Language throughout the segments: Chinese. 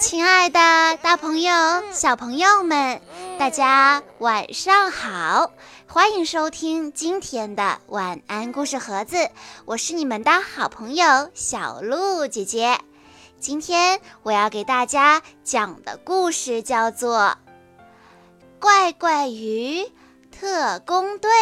亲爱的大朋友、小朋友们，大家晚上好！欢迎收听今天的晚安故事盒子，我是你们的好朋友小鹿姐姐。今天我要给大家讲的故事叫做《怪怪鱼特工队》。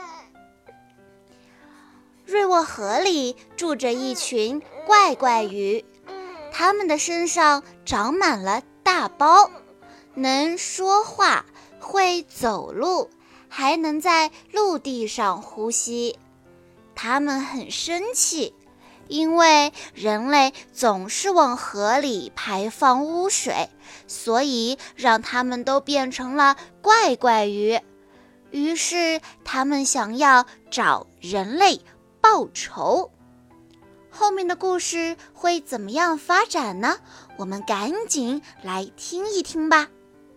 瑞沃河里住着一群怪怪鱼，它们的身上长满了大包，能说话，会走路，还能在陆地上呼吸。它们很生气，因为人类总是往河里排放污水，所以让它们都变成了怪怪鱼。于是它们想要找人类报仇。后面的故事会怎么样发展呢？我们赶紧来听一听吧。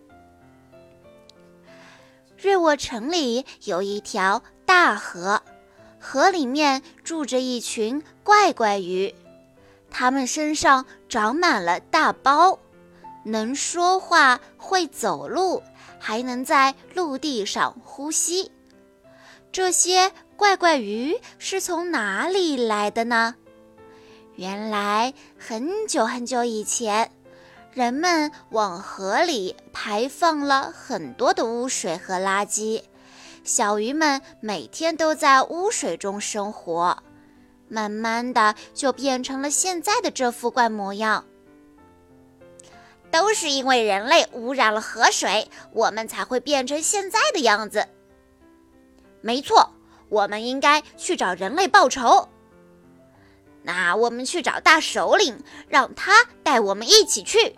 瑞沃城里有一条大河，河里面住着一群怪怪鱼，它们身上长满了大包，能说话，会走路，还能在陆地上呼吸。这些怪怪鱼是从哪里来的呢？原来很久很久以前，人们往河里排放了很多的污水和垃圾，小鱼们每天都在污水中生活，慢慢的就变成了现在的这副怪模样。都是因为人类污染了河水，我们才会变成现在的样子。没错，我们应该去找人类报仇。那我们去找大首领，让他带我们一起去。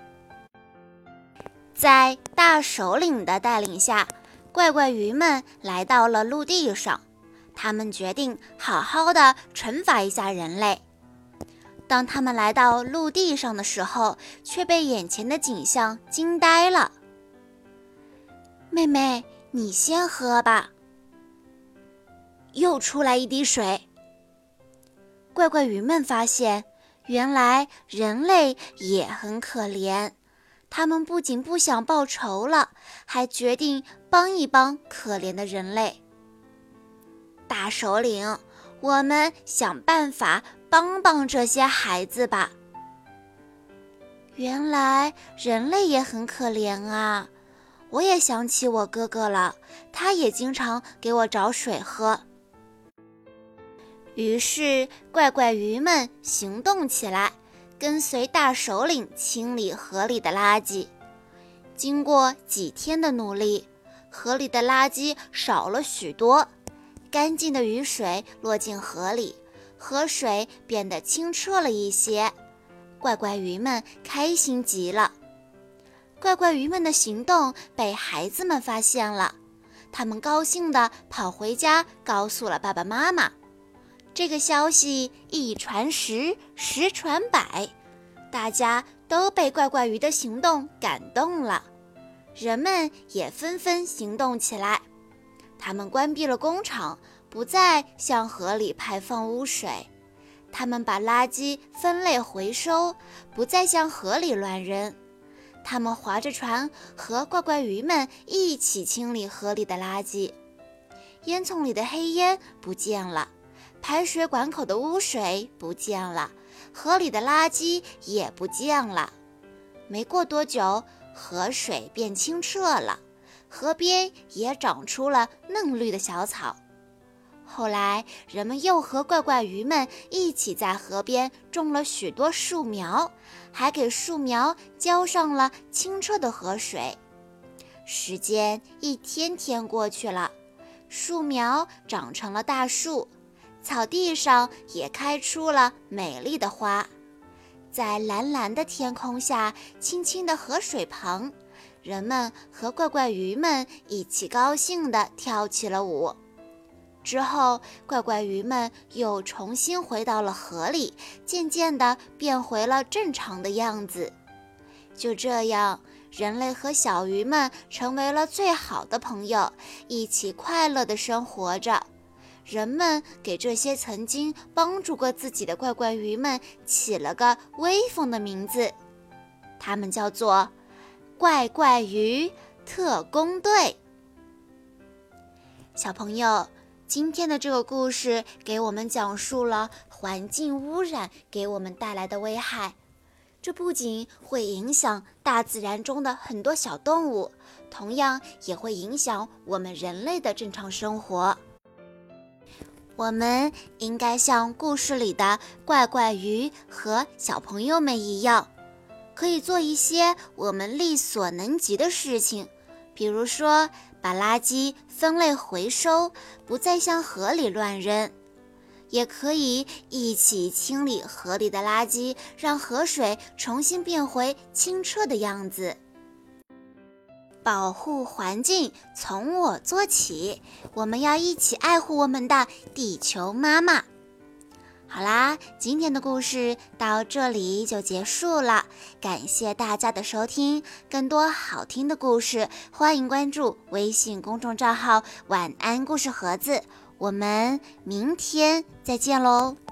在大首领的带领下，怪怪鱼们来到了陆地上，他们决定好好的惩罚一下人类。当他们来到陆地上的时候，却被眼前的景象惊呆了。妹妹，你先喝吧。又出来一滴水。怪怪鱼们发现，原来人类也很可怜，他们不仅不想报仇了，还决定帮一帮可怜的人类。大首领，我们想办法帮帮这些孩子吧。原来人类也很可怜啊，我也想起我哥哥了，他也经常给我找水喝。于是怪怪鱼们行动起来，跟随大首领清理河里的垃圾。经过几天的努力，河里的垃圾少了许多，干净的雨水落进河里，河水变得清澈了一些。怪怪鱼们开心极了。怪怪鱼们的行动被孩子们发现了，他们高兴地跑回家，告诉了爸爸妈妈。这个消息一传十，十传百，大家都被怪怪鱼的行动感动了，人们也纷纷行动起来。他们关闭了工厂，不再向河里排放污水，他们把垃圾分类回收，不再向河里乱扔。他们划着船和怪怪鱼们一起清理河里的垃圾，烟囱里的黑烟不见了，排水管口的污水不见了，河里的垃圾也不见了。没过多久，河水变清澈了，河边也长出了嫩绿的小草。后来，人们又和怪怪鱼们一起在河边种了许多树苗，还给树苗浇上了清澈的河水。时间一天天过去了，树苗长成了大树，草地上也开出了美丽的花，在蓝蓝的天空下，清清的河水旁，人们和怪怪鱼们一起高兴地跳起了舞。之后，怪怪鱼们又重新回到了河里，渐渐地变回了正常的样子。就这样，人类和小鱼们成为了最好的朋友，一起快乐地生活着。人们给这些曾经帮助过自己的怪怪鱼们起了个威风的名字。 它们叫做怪怪鱼特工队。小朋友，今天的这个故事给我们讲述了环境污染给我们带来的危害。这不仅会影响大自然中的很多小动物，同样也会影响我们人类的正常生活。我们应该像故事里的怪怪鱼和小朋友们一样，可以做一些我们力所能及的事情，比如说把垃圾分类回收，不再向河里乱扔。也可以一起清理河里的垃圾，让河水重新变回清澈的样子。保护环境从我做起，我们要一起爱护我们的地球妈妈。好啦，今天的故事到这里就结束了，感谢大家的收听。更多好听的故事，欢迎关注微信公众账号晚安故事盒子。我们明天再见喽。